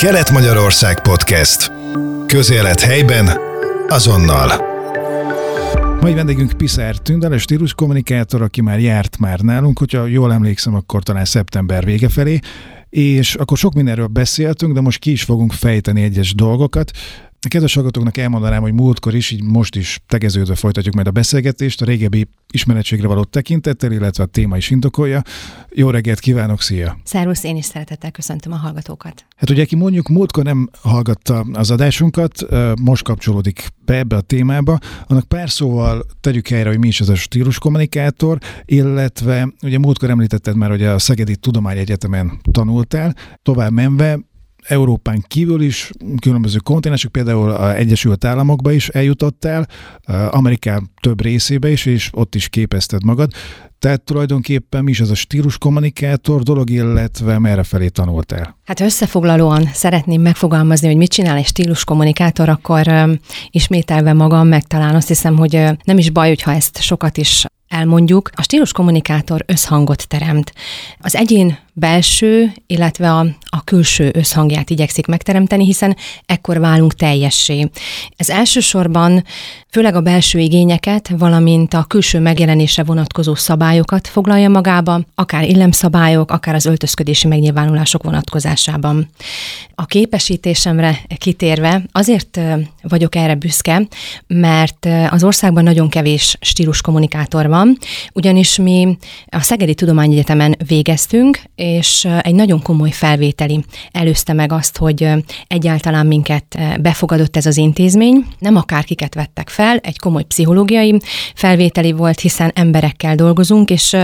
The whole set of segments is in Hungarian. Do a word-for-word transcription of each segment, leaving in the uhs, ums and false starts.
Kelet-Magyarország Podcast. Közélet helyben, azonnal. Mai vendégünk Piszár Tündel, stíluskommunikátor, aki már járt már nálunk, hogyha jól emlékszem, akkor talán szeptember vége felé, és akkor sok mindenről beszéltünk, de most ki is fogunk fejteni egyes dolgokat. A kedves hallgatóknak elmondanám, hogy múltkor is, így most is tegeződve folytatjuk majd a beszélgetést, a régebbi ismeretségre való tekintettel, illetve a téma is indokolja. Jó reggelt kívánok, szia! Szervusz, én is szeretettel köszöntöm a hallgatókat. Hát ugye, aki mondjuk múltkor nem hallgatta az adásunkat, most kapcsolódik be ebbe a témába, annak pár szóval tegyük helyre, hogy mi is az a stíluskommunikátor, illetve ugye múltkor említetted már, hogy a Szegedi Tudományegyetemen tanultál, tovább menve Európán kívül is, különböző kontinensek, például az Egyesült Államokba is eljutottál, Amerikán több részébe is, és ott is képezted magad. Tehát tulajdonképpen mi is az a stíluskommunikátor dolog, illetve merre felé tanultál? Hát összefoglalóan szeretném megfogalmazni, hogy mit csinál egy stíluskommunikátor, akkor um, ismételve magam, meg talán azt hiszem, hogy uh, nem is baj, hogyha ezt sokat is elmondjuk. A stíluskommunikátor összhangot teremt. Az egyén belső, illetve a, a külső összhangját igyekszik megteremteni, hiszen ekkor válunk teljessé. Ez elsősorban főleg a belső igényeket, valamint a külső megjelenésre vonatkozó szabályokat foglalja magába, akár illemszabályok, akár az öltözködési megnyilvánulások vonatkozásában. A képesítésemre kitérve azért vagyok erre büszke, mert az országban nagyon kevés stíluskommunikátor van, ugyanis mi a Szegedi Tudományegyetemen végeztünk, és egy nagyon komoly felvételi előzte meg azt, hogy egyáltalán minket befogadott ez az intézmény. Nem akárkiket vettek fel, egy komoly pszichológiai felvételi volt, hiszen emberekkel dolgozunk, és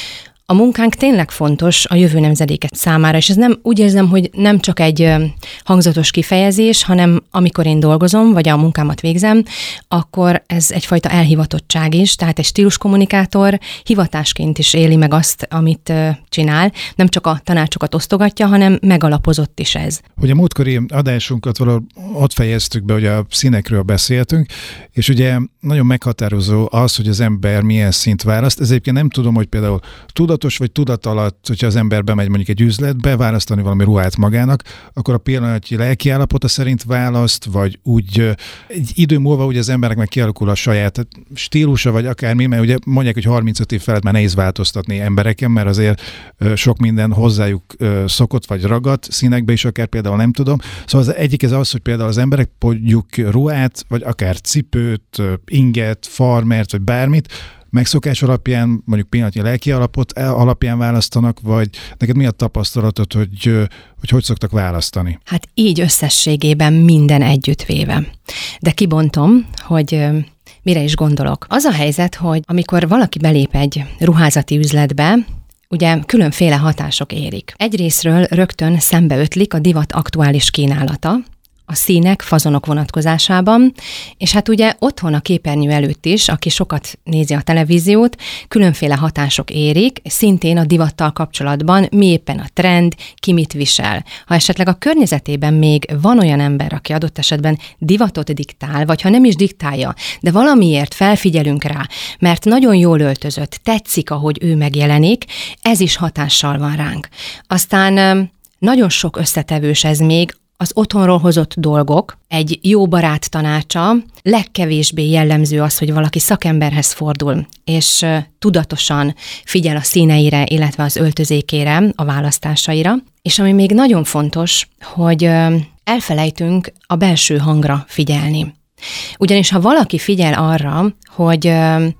a munkánk tényleg fontos a jövő nemzedéket számára, és ez nem, úgy érzem, hogy nem csak egy hangzatos kifejezés, hanem amikor én dolgozom, vagy a munkámat végzem, akkor ez egyfajta elhivatottság is, tehát egy stíluskommunikátor hivatásként is éli meg azt, amit csinál, nem csak a tanácsokat osztogatja, hanem megalapozott is ez. Ugye a múltkori adásunkat valahol ott fejeztük be, hogy a színekről beszéltünk, és ugye nagyon meghatározó az, hogy az ember milyen színt választ. Ez egyébként nem tudom, hogy például tudatos vagy tudat alatt, hogyha az ember bemegy mondjuk egy üzletbe, választani valami ruhát magának, akkor a pillanatnyi lelkiállapota szerint választ, vagy úgy egy idő múlva ugye az emberek meg kialakul a saját stílusa, vagy akármi, mert ugye mondják, hogy harmincöt év felett már nehéz változtatni embereken, mert azért sok minden hozzájuk szokott, vagy ragadt színekbe is, akár például nem tudom. Szóval az egyik ez az, hogy például az emberek mondjuk ruhát, vagy akár cipőt, inget, farmert, vagy bármit, megszokás alapján, mondjuk pillanatnyi lelki alapot alapján választanak, vagy neked mi a tapasztalatod, hogy, hogy hogy szoktak választani? Hát így összességében minden együttvéve. De kibontom, hogy mire is gondolok. Az a helyzet, hogy amikor valaki belép egy ruházati üzletbe, ugye különféle hatások érik. Egyrészről rögtön szembeötlik a divat aktuális kínálata, a színek, fazonok vonatkozásában, és hát ugye otthon a képernyő előtt is, aki sokat nézi a televíziót, különféle hatások érik, szintén a divattal kapcsolatban, mi éppen a trend, ki mit visel. Ha esetleg a környezetében még van olyan ember, aki adott esetben divatot diktál, vagy ha nem is diktálja, de valamiért felfigyelünk rá, mert nagyon jól öltözött, tetszik, ahogy ő megjelenik, ez is hatással van ránk. Aztán nagyon sok összetevős ez még, az otthonról hozott dolgok, egy jó barát tanácsa, legkevésbé jellemző az, hogy valaki szakemberhez fordul, és tudatosan figyel a színeire, illetve az öltözékére, a választásaira. És ami még nagyon fontos, hogy elfelejtünk a belső hangra figyelni. Ugyanis ha valaki figyel arra, hogy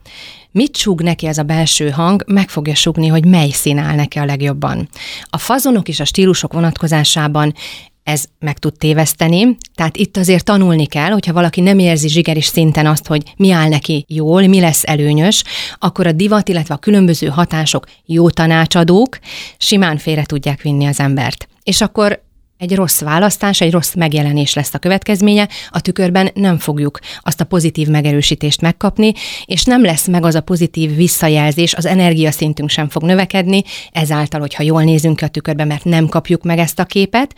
mit súg neki ez a belső hang, meg fogja súgni, hogy mely szín áll neki a legjobban. A fazonok és a stílusok vonatkozásában ez meg tud téveszteni, tehát itt azért tanulni kell, hogyha valaki nem érzi zsigeris szinten azt, hogy mi áll neki jól, mi lesz előnyös, akkor a divat, illetve a különböző hatások jó tanácsadók simán félre tudják vinni az embert. És akkor egy rossz választás, egy rossz megjelenés lesz a következménye, a tükörben nem fogjuk azt a pozitív megerősítést megkapni, és nem lesz meg az a pozitív visszajelzés, az energiaszintünk sem fog növekedni, ezáltal, hogyha jól nézünk ki a tükörbe, mert nem kapjuk meg ezt a képet,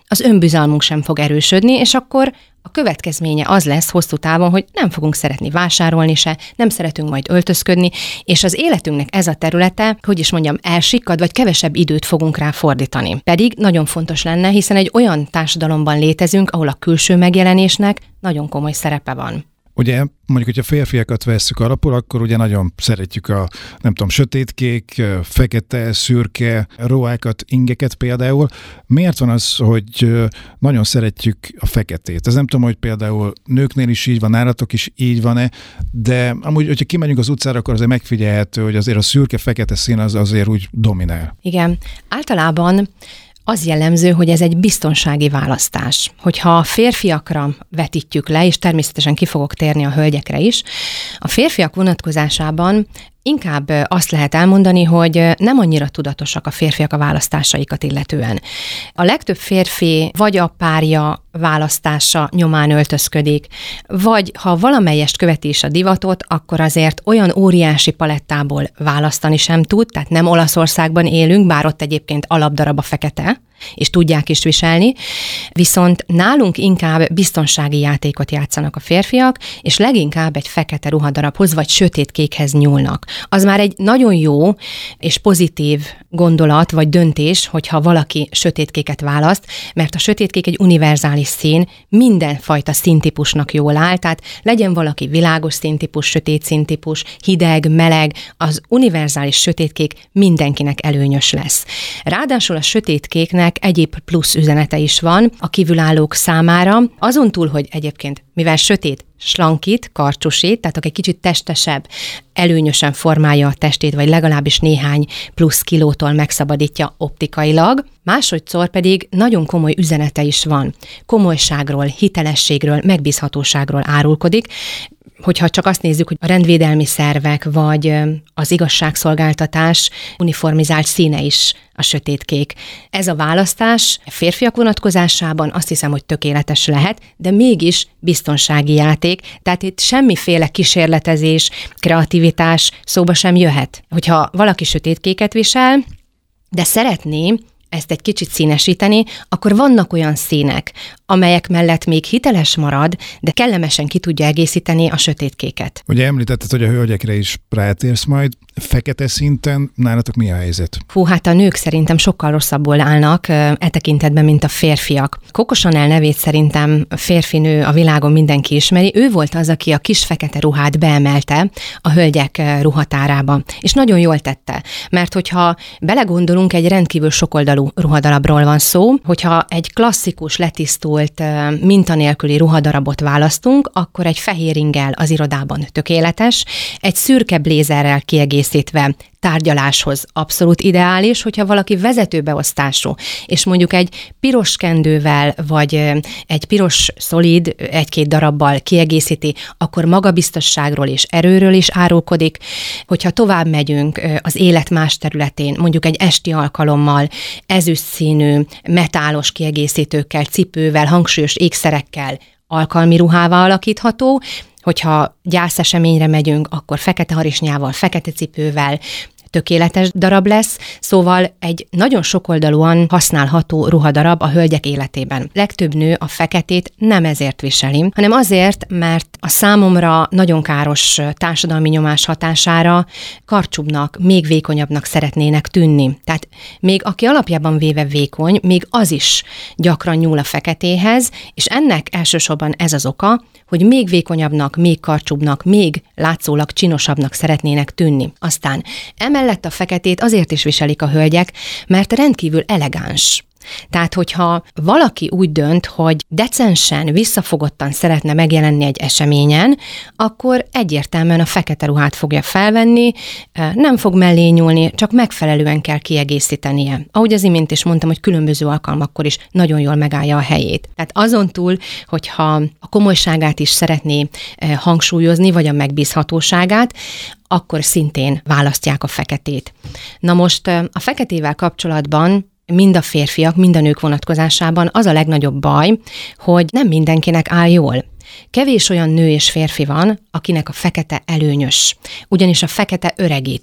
az önbizalmunk sem fog erősödni, és akkor a következménye az lesz hosszú távon, hogy nem fogunk szeretni vásárolni se, nem szeretünk majd öltözködni, és az életünknek ez a területe, hogy is mondjam, elsikkad, vagy kevesebb időt fogunk rá fordítani. Pedig nagyon fontos lenne, hiszen egy olyan társadalomban létezünk, ahol a külső megjelenésnek nagyon komoly szerepe van. Ugye mondjuk, hogyha férfiakat vesszük alapul, akkor ugye nagyon szeretjük a, nem tudom, sötétkék, fekete, szürke ruhákat, ingeket például. Miért van az, hogy nagyon szeretjük a feketét? Ez nem tudom, hogy például nőknél is így van, nálatok is így van-e, de amúgy, hogyha kimegyünk az utcára, akkor azért megfigyelhető, hogy azért a szürke-fekete szín az azért úgy dominál. Igen, általában az jellemző, hogy ez egy biztonsági választás. Hogyha a férfiakra vetítjük le, és természetesen ki fogok térni a hölgyekre is, a férfiak vonatkozásában inkább azt lehet elmondani, hogy nem annyira tudatosak a férfiak a választásaikat illetően. A legtöbb férfi vagy a párja választása nyomán öltözködik, vagy ha valamelyest követi is a divatot, akkor azért olyan óriási palettából választani sem tud, tehát nem Olaszországban élünk, bár ott egyébként alapdarab a fekete, és tudják is viselni, viszont nálunk inkább biztonsági játékot játszanak a férfiak, és leginkább egy fekete ruhadarabhoz vagy sötétkékhez nyúlnak. Az már egy nagyon jó és pozitív gondolat vagy döntés, hogyha valaki sötétkéket választ, mert a sötétkék egy univerzális szín, mindenfajta színtípusnak jól áll, tehát legyen valaki világos színtípus, sötét színtípus, hideg, meleg, az univerzális sötétkék mindenkinek előnyös lesz. Ráadásul a sötétkéknek egyéb plusz üzenete is van a kívülállók számára, azon túl, hogy egyébként, mivel sötét, slankít, karcsúsít, tehát egy kicsit testesebb, előnyösen formálja a testét, vagy legalábbis néhány plusz kilótól megszabadítja optikailag, másodszor pedig nagyon komoly üzenete is van. Komolyságról, hitelességről, megbízhatóságról árulkodik, hogyha csak azt nézzük, hogy a rendvédelmi szervek vagy az igazságszolgáltatás uniformizált színe is a sötétkék. Ez a választás a férfiak vonatkozásában azt hiszem, hogy tökéletes lehet, de mégis biztonsági játék, tehát itt semmiféle kísérletezés, kreativitás szóba sem jöhet. Hogyha valaki sötétkéket visel, de szeretné ezt egy kicsit színesíteni, akkor vannak olyan színek, amelyek mellett még hiteles marad, de kellemesen ki tudja egészíteni a sötétkéket. Ugye említetted, hogy a hölgyekre is rátérsz majd. Fekete szinten nálatok mi a helyzet? Hú, hát a nők szerintem sokkal rosszabbul állnak e tekintetben, mint a férfiak. Coco Chanel nevét szerintem férfinő a világon mindenki ismeri. Ő volt az, aki a kis fekete ruhát beemelte a hölgyek ruhatárába. És nagyon jól tette, mert hogyha belegondolunk, egy rendkívül sokoldalú ruhadarabról van szó, hogyha egy klasszikus, letisztult, mintanélküli ruhadarabot választunk, akkor egy fehér inggel az irodában tökéletes, egy szürke blézerrel kiegészítve tárgyaláshoz abszolút ideális, hogyha valaki vezetőbeosztású, és mondjuk egy piros kendővel, vagy egy piros szolid egy-két darabbal kiegészíti, akkor magabiztosságról és erőről is árulkodik. Hogyha tovább megyünk az élet más területén, mondjuk egy esti alkalommal, ezüstszínű, metálos kiegészítőkkel, cipővel, hangsúlyos ékszerekkel, alkalmi ruhává alakítható, hogyha gyászeseményre megyünk, akkor fekete harisnyával, fekete cipővel, tökéletes darab lesz, szóval egy nagyon sokoldalúan használható ruhadarab a hölgyek életében. Legtöbb nő a feketét nem ezért viseli, hanem azért, mert a számomra nagyon káros társadalmi nyomás hatására karcsúbbnak, még vékonyabbnak szeretnének tűnni. Tehát még aki alapjában véve vékony, még az is gyakran nyúl a feketéhez, és ennek elsősorban ez az oka, hogy még vékonyabbnak, még karcsúbbnak, még látszólag csinosabbnak szeretnének tűnni. Aztán emellett a feketét azért is viselik a hölgyek, mert rendkívül elegáns. Tehát, hogyha valaki úgy dönt, hogy decensen, visszafogottan szeretne megjelenni egy eseményen, akkor egyértelműen a fekete ruhát fogja felvenni, nem fog mellé nyúlni, csak megfelelően kell kiegészítenie. Ahogy az imént is mondtam, hogy különböző alkalmakkor is nagyon jól megállja a helyét. Tehát azon túl, hogyha a komolyságát is szeretné hangsúlyozni, vagy a megbízhatóságát, akkor szintén választják a feketét. Na most a feketével kapcsolatban mind a férfiak, mind a nők vonatkozásában az a legnagyobb baj, hogy nem mindenkinek áll jól. Kevés olyan nő és férfi van, akinek a fekete előnyös, ugyanis a fekete öregít.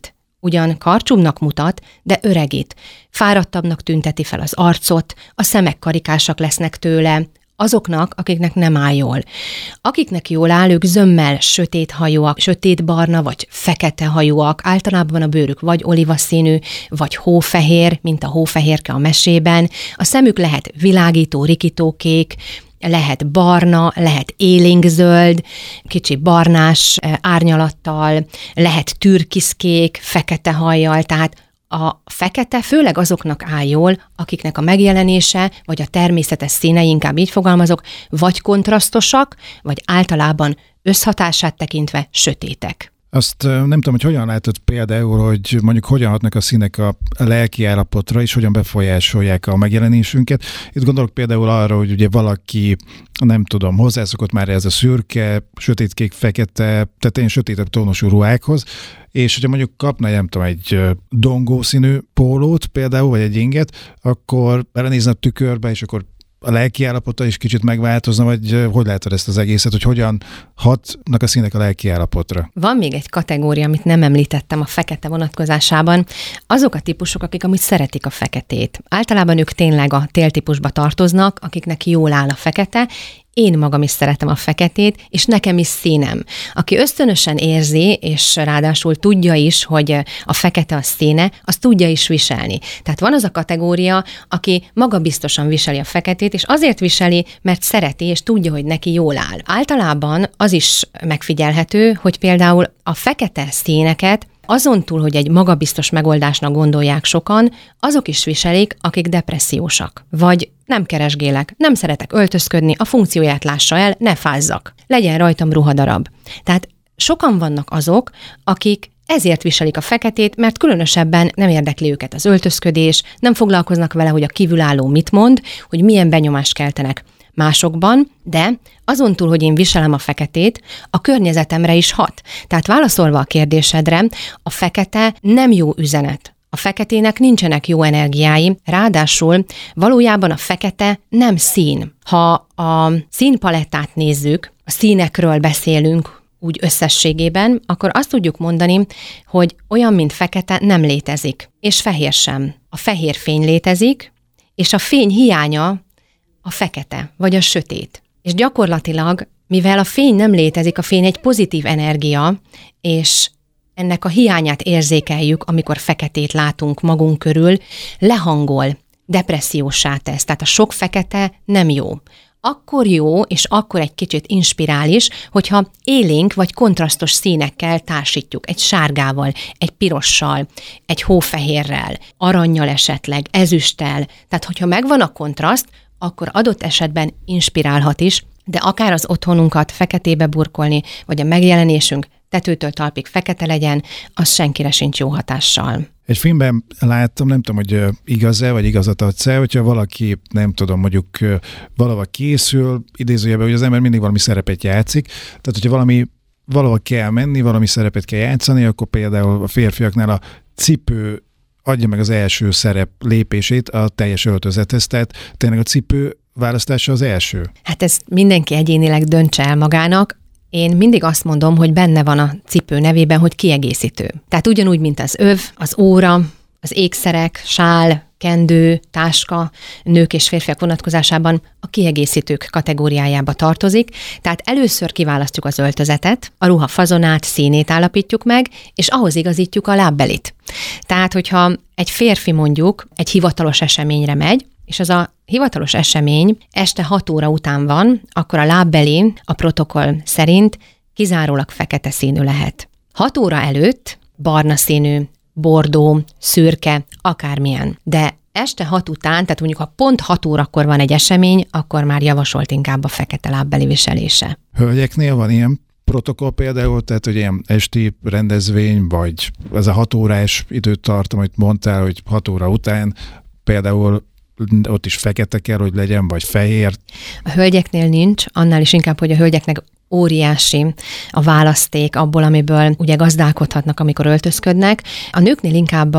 ugyan karcsúbbnak mutat, de öregít. Fáradtabbnak tünteti fel az arcot, a szemek karikásak lesznek tőle, azoknak, akiknek nem áll jól. Akiknek jól áll, ők zömmel sötét hajúak, sötét barna vagy fekete hajúak, általában a bőrük vagy olivaszínű, vagy hófehér, mint a hófehérke a mesében. A szemük lehet világító, rikítókék, lehet barna, lehet élénkzöld, kicsi barnás árnyalattal, lehet türkiszkék, fekete hajjal, tehát a fekete főleg azoknak áll jól, akiknek a megjelenése, vagy a természetes színei, inkább így fogalmazok, vagy kontrasztosak, vagy általában összhatását tekintve sötétek. Azt nem tudom, hogy hogyan látod például, hogy mondjuk hogyan hatnak a színek a lelki állapotra, és hogyan befolyásolják a megjelenésünket. Itt gondolok például arra, hogy ugye valaki, nem tudom, hozzászokott már ez a szürke, sötétkék, fekete, tehát én sötétebb tónusú ruhákhoz, és hogyha mondjuk kapna, nem tudom, egy dongó színű pólót például, vagy egy inget, akkor belenézne a tükörbe, és akkor a lelki állapota is kicsit megváltozna, vagy hogy látod ezt az egészet, hogy hogyan hatnak a színek a lelki állapotra? Van még egy kategória, amit nem említettem a fekete vonatkozásában. Azok a típusok, akik amúgy szeretik a feketét. Általában ők tényleg a téltípusba tartoznak, akiknek jól áll a fekete. Én magam is szeretem a feketét, és nekem is színem. Aki ösztönösen érzi, és ráadásul tudja is, hogy a fekete a színe, azt tudja is viselni. Tehát van az a kategória, aki magabiztosan viseli a feketét, és azért viseli, mert szereti, és tudja, hogy neki jól áll. Általában az is megfigyelhető, hogy például a fekete színeket azon túl, hogy egy magabiztos megoldásnak gondolják sokan, azok is viselik, akik depressziósak. Vagy nem keresgélek, nem szeretek öltözködni, a funkcióját lássa el, ne fázzak. Legyen rajtam ruhadarab. Tehát sokan vannak azok, akik ezért viselik a feketét, mert különösebben nem érdekli őket az öltözködés, nem foglalkoznak vele, hogy a kívülálló mit mond, hogy milyen benyomást keltenek másokban, de azon túl, hogy én viselem a feketét, a környezetemre is hat. Tehát válaszolva a kérdésedre, a fekete nem jó üzenet. A feketének nincsenek jó energiái, ráadásul valójában a fekete nem szín. Ha a színpalettát nézzük, a színekről beszélünk úgy összességében, akkor azt tudjuk mondani, hogy olyan, mint fekete nem létezik, és fehér sem. A fehér fény létezik, és a fény hiánya a fekete, vagy a sötét. És gyakorlatilag, mivel a fény nem létezik, a fény egy pozitív energia, és ennek a hiányát érzékeljük, amikor feketét látunk magunk körül, lehangol, depresszióssá tesz. Tehát a sok fekete nem jó. Akkor jó, és akkor egy kicsit inspirális, hogyha élénk vagy kontrasztos színekkel társítjuk, egy sárgával, egy pirossal, egy hófehérrel, arannyal esetleg, ezüsttel. Tehát, hogyha megvan a kontraszt, akkor adott esetben inspirálhat is, de akár az otthonunkat feketébe burkolni, vagy a megjelenésünk tetőtől talpig fekete legyen, az senkire sincs jó hatással. Egy filmben láttam, nem tudom, hogy igaz-e, vagy igazat adsz-e, hogyha valaki, nem tudom, mondjuk valahol készül, idézőjelben, hogy az ember mindig valami szerepet játszik, tehát hogyha valami, valahol kell menni, valami szerepet kell játszani, akkor például a férfiaknál a cipő adja meg az első szerep lépését a teljes öltözethez, tehát tényleg a cipő választása az első. Hát ez mindenki egyénileg döntse el magának. Én mindig azt mondom, hogy benne van a cipő nevében, hogy kiegészítő. Tehát ugyanúgy, mint az öv, az óra, az ékszerek, sál, kendő, táska, nők és férfiak vonatkozásában a kiegészítők kategóriájába tartozik. Tehát először kiválasztjuk az öltözetet, a ruha fazonát, színét állapítjuk meg, és ahhoz igazítjuk a lábbelit. Tehát, hogyha egy férfi mondjuk egy hivatalos eseményre megy, és az a hivatalos esemény este hat óra után van, akkor a lábbeli a protokoll szerint kizárólag fekete színű lehet. hat óra előtt barna színű, bordó, szürke, akármilyen. De este hat után, tehát mondjuk ha pont hat órakor van egy esemény, akkor már javasolt inkább a fekete lábbeli viselése. Hölgyeknél van ilyen protokoll például, tehát hogy ilyen esti rendezvény, vagy ez a hat órás időtartam, amit mondtál, hogy hat óra után például ott is fekete kell, hogy legyen, vagy fehér? A hölgyeknél nincs, annál is inkább, hogy a hölgyeknek óriási a választék abból, amiből ugye gazdálkodhatnak, amikor öltözködnek. A nőknél inkább a,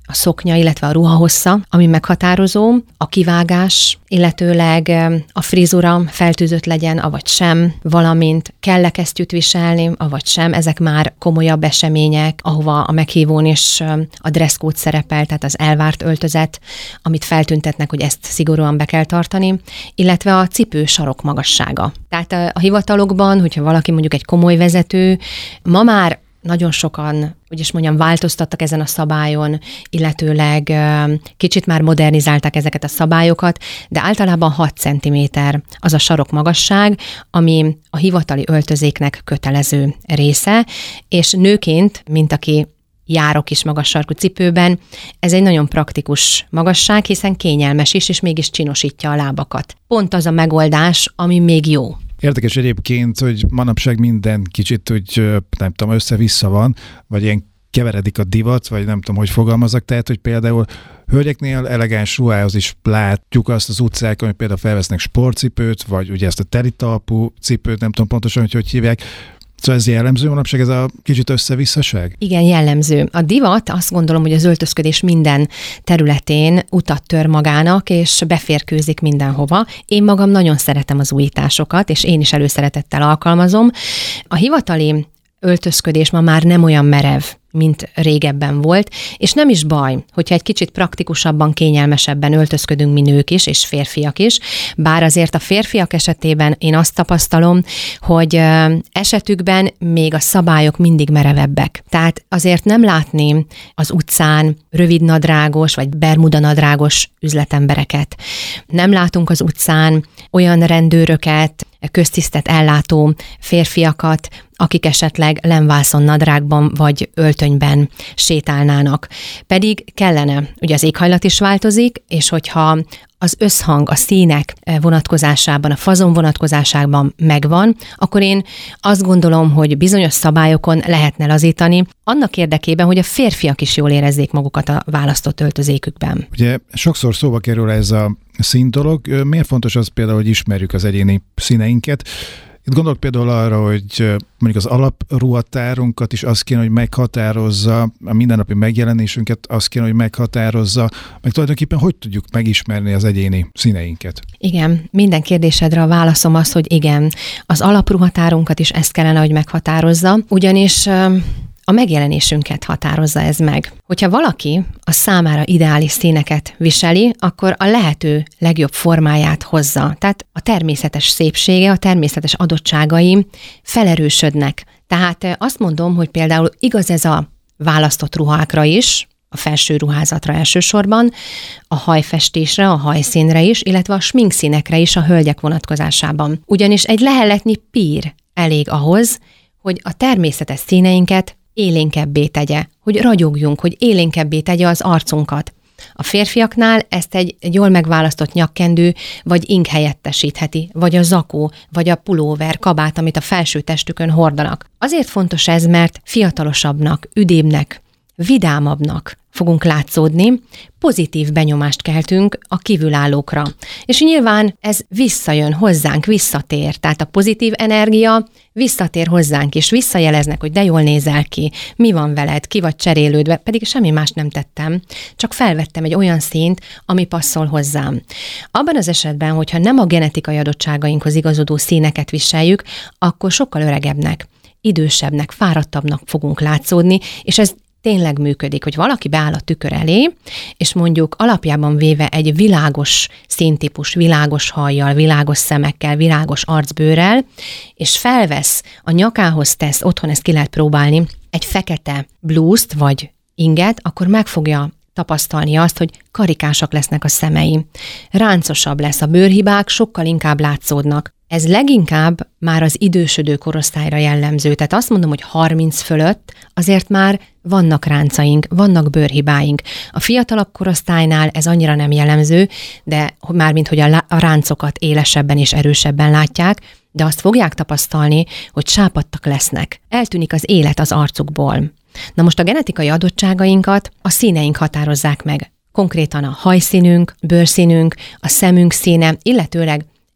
a szoknya, illetve a ruha hossza, ami meghatározó, a kivágás, illetőleg a frizura feltűzött legyen, avagy sem, valamint kell-e kesztyűt viselni, avagy sem, ezek már komolyabb események, ahova a meghívón is a dresscode szerepel, tehát az elvárt öltözet, amit feltüntetnek, hogy ezt szigorúan be kell tartani, illetve a cipő sarok magassága. Tehát a hivatalokban, hogyha valaki mondjuk egy komoly vezető, ma már nagyon sokan, úgy is mondjam, változtattak ezen a szabályon, illetőleg kicsit már modernizálták ezeket a szabályokat, de általában hat centiméter az a sarok magasság, ami a hivatali öltözéknek kötelező része, és nőként, mint aki járok is magas sarkú cipőben, ez egy nagyon praktikus magasság, hiszen kényelmes is, és mégis csinosítja a lábakat. Pont az a megoldás, ami még jó. Érdekes egyébként, hogy manapság minden kicsit, hogy nem tudom, össze-vissza van, vagy ilyen keveredik a divat, vagy nem tudom, hogy fogalmazok, tehát, hogy például hölgyeknél elegáns ruhához is látjuk azt az utcákon, hogy például felvesznek sportcipőt, vagy ugye ezt a telitalpú cipőt, nem tudom pontosan, hogy hogy hívják. Szóval ez jellemző manapság, ez a kicsit összevisszaság? Igen, jellemző. A divat, azt gondolom, hogy az öltözködés minden területén utat tör magának, és beférkőzik mindenhova. Én magam nagyon szeretem az újításokat, és én is előszeretettel alkalmazom. A hivatali öltözködés ma már nem olyan merev, mint régebben volt, és nem is baj, hogyha egy kicsit praktikusabban, kényelmesebben öltözködünk mi nők is, és férfiak is, bár azért a férfiak esetében én azt tapasztalom, hogy esetükben még a szabályok mindig merevebbek. Tehát azért nem látni az utcán rövidnadrágos, vagy bermudanadrágos üzletembereket. Nem látunk az utcán olyan rendőröket, köztisztet ellátó férfiakat, akik esetleg lemvászon nadrágban vagy öltönyben sétálnának. Pedig kellene, ugye az éghajlat is változik, és hogyha az összhang a színek vonatkozásában, a fazon vonatkozásában megvan, akkor én azt gondolom, hogy bizonyos szabályokon lehetne lazítani, annak érdekében, hogy a férfiak is jól érezzék magukat a választott öltözékükben. Ugye sokszor szóba kerül ez a szín dolog. Miért fontos az például, hogy ismerjük az egyéni színeinket? Itt gondolok például arra, hogy mondjuk az alapruhatárunkat is azt kéne, hogy meghatározza, a mindennapi megjelenésünket azt kéne, hogy meghatározza, meg tulajdonképpen hogy tudjuk megismerni az egyéni színeinket? Igen, minden kérdésedre a válaszom az, hogy igen, az alapruhatárunkat is ezt kellene, hogy meghatározza, ugyanis a megjelenésünket határozza ez meg. Hogyha valaki a számára ideális színeket viseli, akkor a lehető legjobb formáját hozza. Tehát a természetes szépsége, a természetes adottságai felerősödnek. Tehát azt mondom, hogy például igaz ez a választott ruhákra is, a felső ruházatra elsősorban, a hajfestésre, a hajszínre is, illetve a sminkszínekre is a hölgyek vonatkozásában. Ugyanis egy leheletnyi pír elég ahhoz, hogy a természetes színeinket élénkebbé tegye, hogy ragyogjunk, hogy élénkebbé tegye az arcunkat. A férfiaknál ezt egy, egy jól megválasztott nyakkendő vagy ing helyettesítheti, vagy a zakó, vagy a pulóver, kabát, amit a felső testükön hordanak. Azért fontos ez, mert fiatalosabbnak, üdébbnek, vidámabbnak fogunk látszódni, pozitív benyomást keltünk a kívülállókra. És nyilván ez visszajön hozzánk, visszatér. Tehát a pozitív energia visszatér hozzánk, és visszajeleznek, hogy de jól nézel ki, mi van veled, ki vagy cserélődve, pedig semmi más nem tettem, csak felvettem egy olyan színt, ami passzol hozzám. Abban az esetben, hogyha nem a genetikai adottságainkhoz igazodó színeket viseljük, akkor sokkal öregebbnek, idősebbnek, fáradtabbnak fogunk látszódni, és ez tényleg működik, hogy valaki beáll a tükör elé, és mondjuk alapjában véve egy világos színtípus, világos hajjal, világos szemekkel, világos arcbőrrel, és felvesz, a nyakához tesz, otthon ezt ki lehet próbálni, egy fekete blúzt vagy inget, akkor meg fogja tapasztalni azt, hogy karikásak lesznek a szemei. Ráncosabb lesz, a bőrhibák sokkal inkább látszódnak. Ez leginkább már az idősödő korosztályra jellemző. Tehát azt mondom, hogy harminc fölött azért már vannak ráncaink, vannak bőrhibáink. A fiatalabb korosztálynál ez annyira nem jellemző, de mármint, hogy a ráncokat élesebben és erősebben látják, de azt fogják tapasztalni, hogy sápadtak lesznek. Eltűnik az élet az arcukból. Na most a genetikai adottságainkat a színeink határozzák meg. Konkrétan a hajszínünk, bőrszínünk, a szemünk színe, illetőleg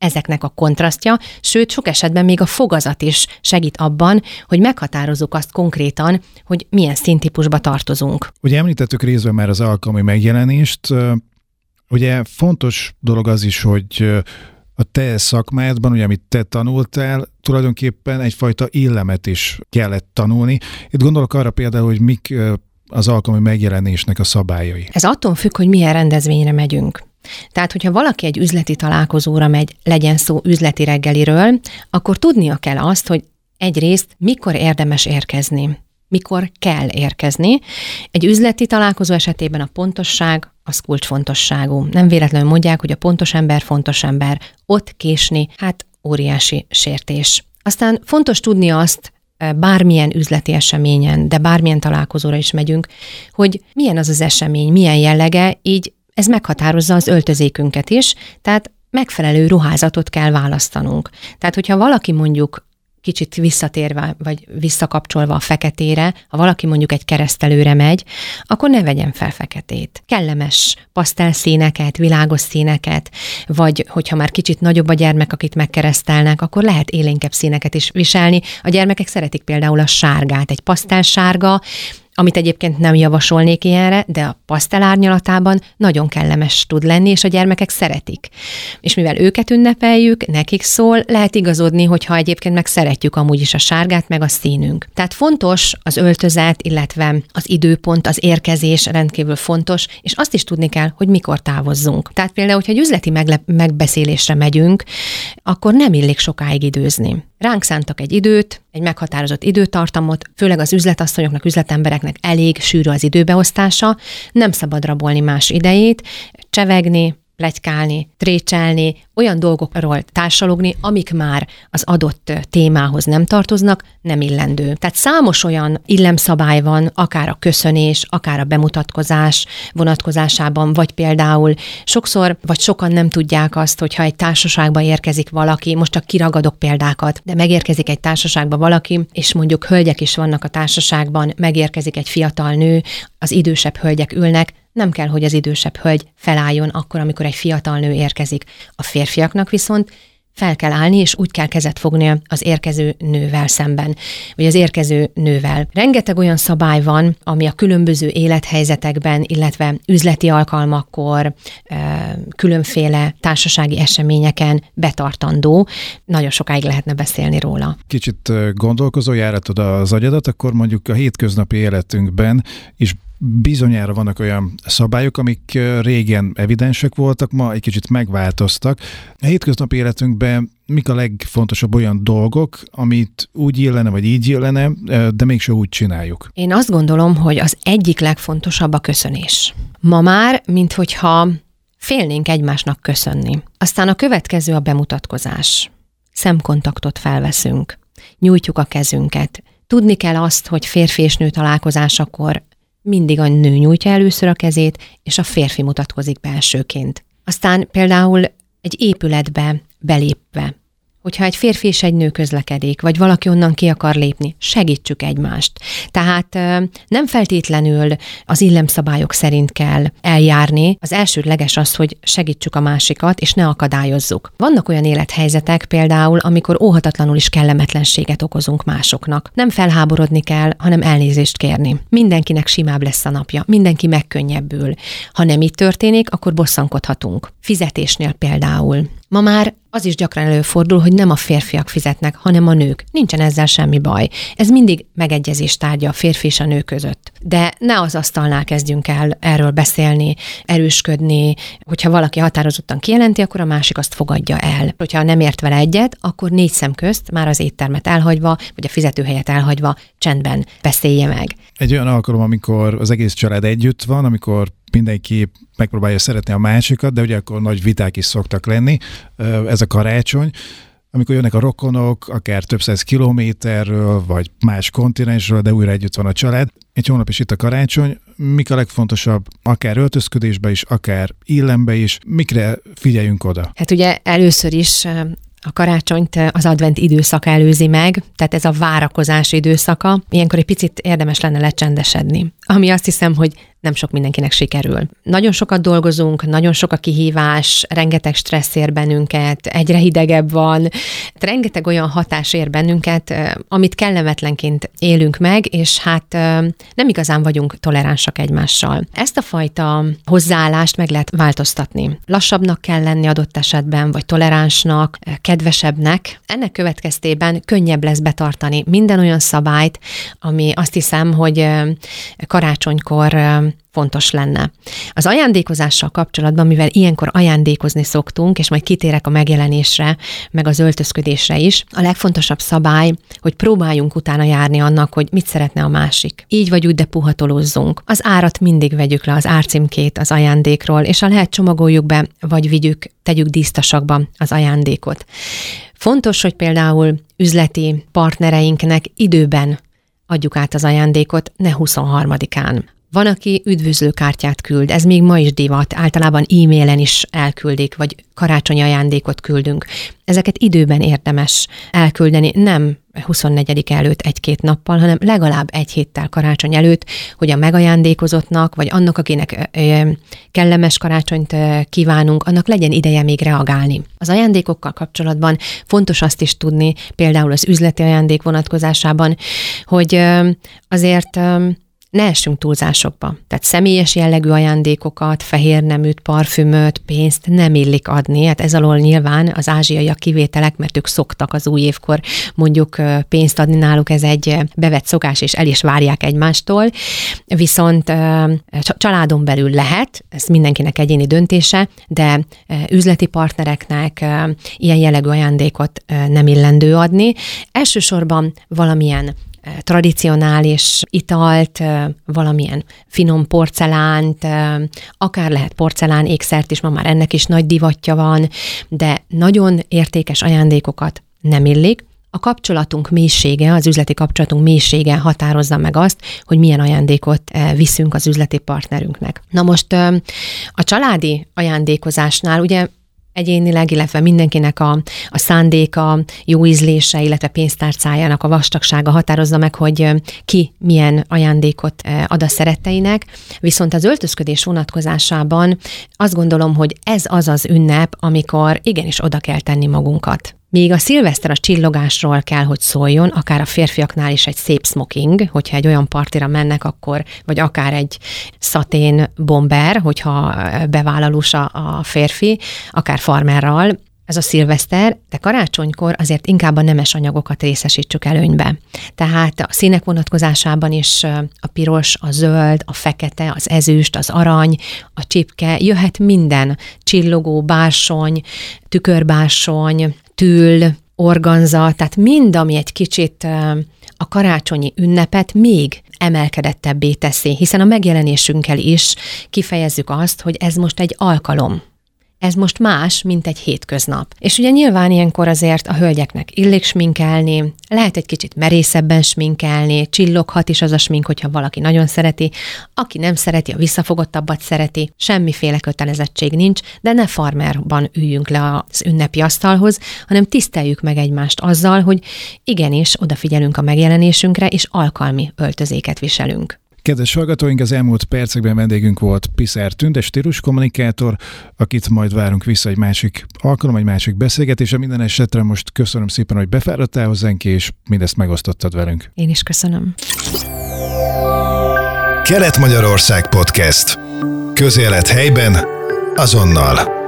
ezeknek a kontrasztja, sőt, sok esetben még a fogazat is segít abban, hogy meghatározzuk azt konkrétan, hogy milyen színtípusba tartozunk. Ugye említettük részben már az alkalmi megjelenést. Ugye fontos dolog az is, hogy a te szakmádban, ugye amit te tanultál, tulajdonképpen egyfajta illemet is kellett tanulni. Itt gondolok arra például, hogy mik az alkalmi megjelenésnek a szabályai. Ez attól függ, hogy milyen rendezvényre megyünk. Tehát, hogyha valaki egy üzleti találkozóra megy, legyen szó üzleti reggeliről, akkor tudnia kell azt, hogy egyrészt mikor érdemes érkezni, mikor kell érkezni. Egy üzleti találkozó esetében a pontosság az kulcsfontosságú. Nem véletlenül mondják, hogy a pontos ember fontos ember. Ott késni, hát óriási sértés. Aztán fontos tudni azt, bármilyen üzleti eseményen, de bármilyen találkozóra is megyünk, hogy milyen az az esemény, milyen jellege, így ez meghatározza az öltözékünket is, tehát megfelelő ruházatot kell választanunk. Tehát, hogyha valaki mondjuk kicsit visszatérve, vagy visszakapcsolva a feketére, ha valaki mondjuk egy keresztelőre megy, akkor ne vegyen fel feketét. Kellemes pasztelszíneket, világos színeket, vagy hogyha már kicsit nagyobb a gyermek, akit megkeresztelnek, akkor lehet élénkebb színeket is viselni. A gyermekek szeretik például a sárgát, egy pasztelsárga, amit egyébként nem javasolnék ilyenre, de a pasztel árnyalatában nagyon kellemes tud lenni, és a gyermekek szeretik. És mivel őket ünnepeljük, nekik szól, lehet igazodni, hogyha egyébként meg szeretjük amúgy is a sárgát, meg a színünk. Tehát fontos az öltözet, illetve az időpont, az érkezés rendkívül fontos, és azt is tudni kell, hogy mikor távozzunk. Tehát például, hogyha egy üzleti megle- megbeszélésre megyünk, akkor nem illik sokáig időzni. Ránk szántak egy időt, egy meghatározott időtartamot, főleg az üzletasszonyoknak, üzletembereknek elég sűrű az időbeosztása, nem szabad rabolni más idejét, csevegni, pletykálni, trécselni, olyan dolgokról társalogni, amik már az adott témához nem tartoznak, nem illendő. Tehát számos olyan illemszabály van, akár a köszönés, akár a bemutatkozás vonatkozásában, vagy például sokszor, vagy sokan nem tudják azt, hogyha egy társaságba érkezik valaki, most csak kiragadok példákat, de megérkezik egy társaságba valaki, és mondjuk hölgyek is vannak a társaságban, megérkezik egy fiatal nő, az idősebb hölgyek ülnek, nem kell, hogy az idősebb hölgy felálljon akkor, amikor egy fiatal nő érkezik. A férfiaknak viszont fel kell állni, és úgy kell kezet fogni az érkező nővel szemben, vagy az érkező nővel. Rengeteg olyan szabály van, ami a különböző élethelyzetekben, illetve üzleti alkalmakkor, különféle társasági eseményeken betartandó. Nagyon sokáig lehetne beszélni róla. Kicsit gondolkozó járatod az agyadat, akkor mondjuk a hétköznapi életünkben is bizonyára vannak olyan szabályok, amik régen evidensek voltak, ma egy kicsit megváltoztak. A hétköznapi életünkben mik a legfontosabb olyan dolgok, amit úgy illene, vagy így illene, de mégsem úgy csináljuk? Én azt gondolom, hogy az egyik legfontosabb a köszönés. Ma már, minthogyha félnénk egymásnak köszönni. Aztán a következő a bemutatkozás. Szemkontaktot felveszünk, nyújtjuk a kezünket. Tudni kell azt, hogy férfi és nő találkozásakor mindig a nő nyújtja először a kezét, és a férfi mutatkozik be elsőként. Aztán például egy épületbe belépve, hogyha egy férfi és egy nő közlekedik, vagy valaki onnan ki akar lépni, segítsük egymást. Tehát nem feltétlenül az illemszabályok szerint kell eljárni. Az elsődleges az, hogy segítsük a másikat, és ne akadályozzuk. Vannak olyan élethelyzetek például, amikor óhatatlanul is kellemetlenséget okozunk másoknak. Nem felháborodni kell, hanem elnézést kérni. Mindenkinek simább lesz a napja, mindenki megkönnyebbül. Ha nem így történik, akkor bosszankodhatunk. Fizetésnél például. Ma már az is gyakran előfordul, hogy nem a férfiak fizetnek, hanem a nők. Nincsen ezzel semmi baj. Ez mindig megegyezés tárgya a férfi és a nő között. De ne az asztalnál kezdjünk el erről beszélni, erősködni, hogyha valaki határozottan kijelenti, akkor a másik azt fogadja el. Hogyha nem ért vele egyet, akkor négy szem közt, már az éttermet elhagyva, vagy a fizetőhelyet elhagyva csendben beszélje meg. Egy olyan alkalom, amikor az egész család együtt van, amikor mindenki megpróbálja szeretni a másikat, de ugye akkor nagy viták is szoktak lenni. Ez a karácsony, amikor jönnek a rokonok, akár több száz kilométerről, vagy más kontinensről, de újra együtt van a család. Egy hónap is itt a karácsony. Mik a legfontosabb, akár öltözködésbe is, akár illembe is, mikre figyeljünk oda? Hát ugye először is a karácsonyt az advent időszaka előzi meg, tehát ez a várakozás időszaka. Ilyenkor egy picit érdemes lenne lecsendesedni. Ami azt hiszem, hogy nem sok mindenkinek sikerül. Nagyon sokat dolgozunk, nagyon sok a kihívás, rengeteg stressz ér bennünket, egyre hidegebb van, rengeteg olyan hatás ér bennünket, amit kellemetlenként élünk meg, és hát nem igazán vagyunk toleránsak egymással. Ezt a fajta hozzáállást meg lehet változtatni. Lassabbnak kell lenni adott esetben, vagy toleránsnak, kedvesebbnek. Ennek következtében könnyebb lesz betartani minden olyan szabályt, ami azt hiszem, hogy karácsonykor fontos lenne. Az ajándékozással kapcsolatban, mivel ilyenkor ajándékozni szoktunk, és majd kitérek a megjelenésre, meg az öltözködésre is, a legfontosabb szabály, hogy próbáljunk utána járni annak, hogy mit szeretne a másik. Így vagy úgy, de puhatolózzunk. Az árat mindig vegyük le, az árcímkét az ajándékról, és ha lehet, csomagoljuk be, vagy vigyük, tegyük dísztasakba az ajándékot. Fontos, hogy például üzleti partnereinknek időben adjuk át az ajándékot, ne huszonharmadikán. Van, aki üdvözlőkártyát küld, ez még ma is divat, általában e-mailen is elküldik, vagy karácsonyi ajándékot küldünk. Ezeket időben érdemes elküldeni, nem huszonnegyedike előtt egy-két nappal, hanem legalább egy héttel karácsony előtt, hogy a megajándékozottnak, vagy annak, akinek kellemes karácsonyt kívánunk, annak legyen ideje még reagálni. Az ajándékokkal kapcsolatban fontos azt is tudni, például az üzleti ajándék vonatkozásában, hogy azért ne essünk túlzásokba. Tehát személyes jellegű ajándékokat, fehér neműt, parfümöt, pénzt nem illik adni. Hát ez alól nyilván az ázsiaiak kivételek, mert ők szoktak az új évkor mondjuk pénzt adni, náluk ez egy bevett szokás, és el is várják egymástól. Viszont családon belül lehet, ez mindenkinek egyéni döntése, de üzleti partnereknek ilyen jellegű ajándékot nem illendő adni. Elsősorban valamilyen tradicionális italt, valamilyen finom porcelánt, akár lehet porcelán ékszert is, ma már ennek is nagy divatja van, de nagyon értékes ajándékokat nem illik. A kapcsolatunk mélysége, az üzleti kapcsolatunk mélysége határozza meg azt, hogy milyen ajándékot viszünk az üzleti partnerünknek. Na most a családi ajándékozásnál ugye egyénileg, illetve mindenkinek a, a szándéka, jó ízlése, illetve pénztárcájának a vastagsága határozza meg, hogy ki milyen ajándékot ad a szeretteinek. Viszont az öltözködés vonatkozásában azt gondolom, hogy ez az az ünnep, amikor igenis oda kell tenni magunkat. Míg a szilveszter a csillogásról kell, hogy szóljon, akár a férfiaknál is egy szép smoking, hogyha egy olyan partira mennek, akkor, vagy akár egy szatén bomber, hogyha bevállalós a, a férfi, akár farmerral, ez a szilveszter, de karácsonykor azért inkább a nemes anyagokat részesítsük előnybe. Tehát a színek vonatkozásában is a piros, a zöld, a fekete, az ezüst, az arany, a csipke, jöhet minden, csillogó bársony, tükörbársony, tül, organza, tehát mind, ami egy kicsit a karácsonyi ünnepet még emelkedettebbé teszi, hiszen a megjelenésünkkel is kifejezzük azt, hogy ez most egy alkalom. Ez most más, mint egy hétköznap. És ugye nyilván ilyenkor azért a hölgyeknek illik sminkelni, lehet egy kicsit merészebben sminkelni, csilloghat is az a smink, hogyha valaki nagyon szereti, aki nem szereti, a visszafogottabbat szereti, semmiféle kötelezettség nincs, de ne farmerban üljünk le az ünnepi asztalhoz, hanem tiszteljük meg egymást azzal, hogy igenis odafigyelünk a megjelenésünkre, és alkalmi öltözéket viselünk. Kedves hallgatóink, az elmúlt percekben vendégünk volt Piszer Tünde, stíluskommunikátor, akit majd várunk vissza egy másik alkalom, egy másik beszélgetésre. Minden esetre most köszönöm szépen, hogy befáradtál hozzánk, és mindezt megosztottad velünk. Én is köszönöm. Kelet-Magyarország Podcast. Közélet helyben, azonnal.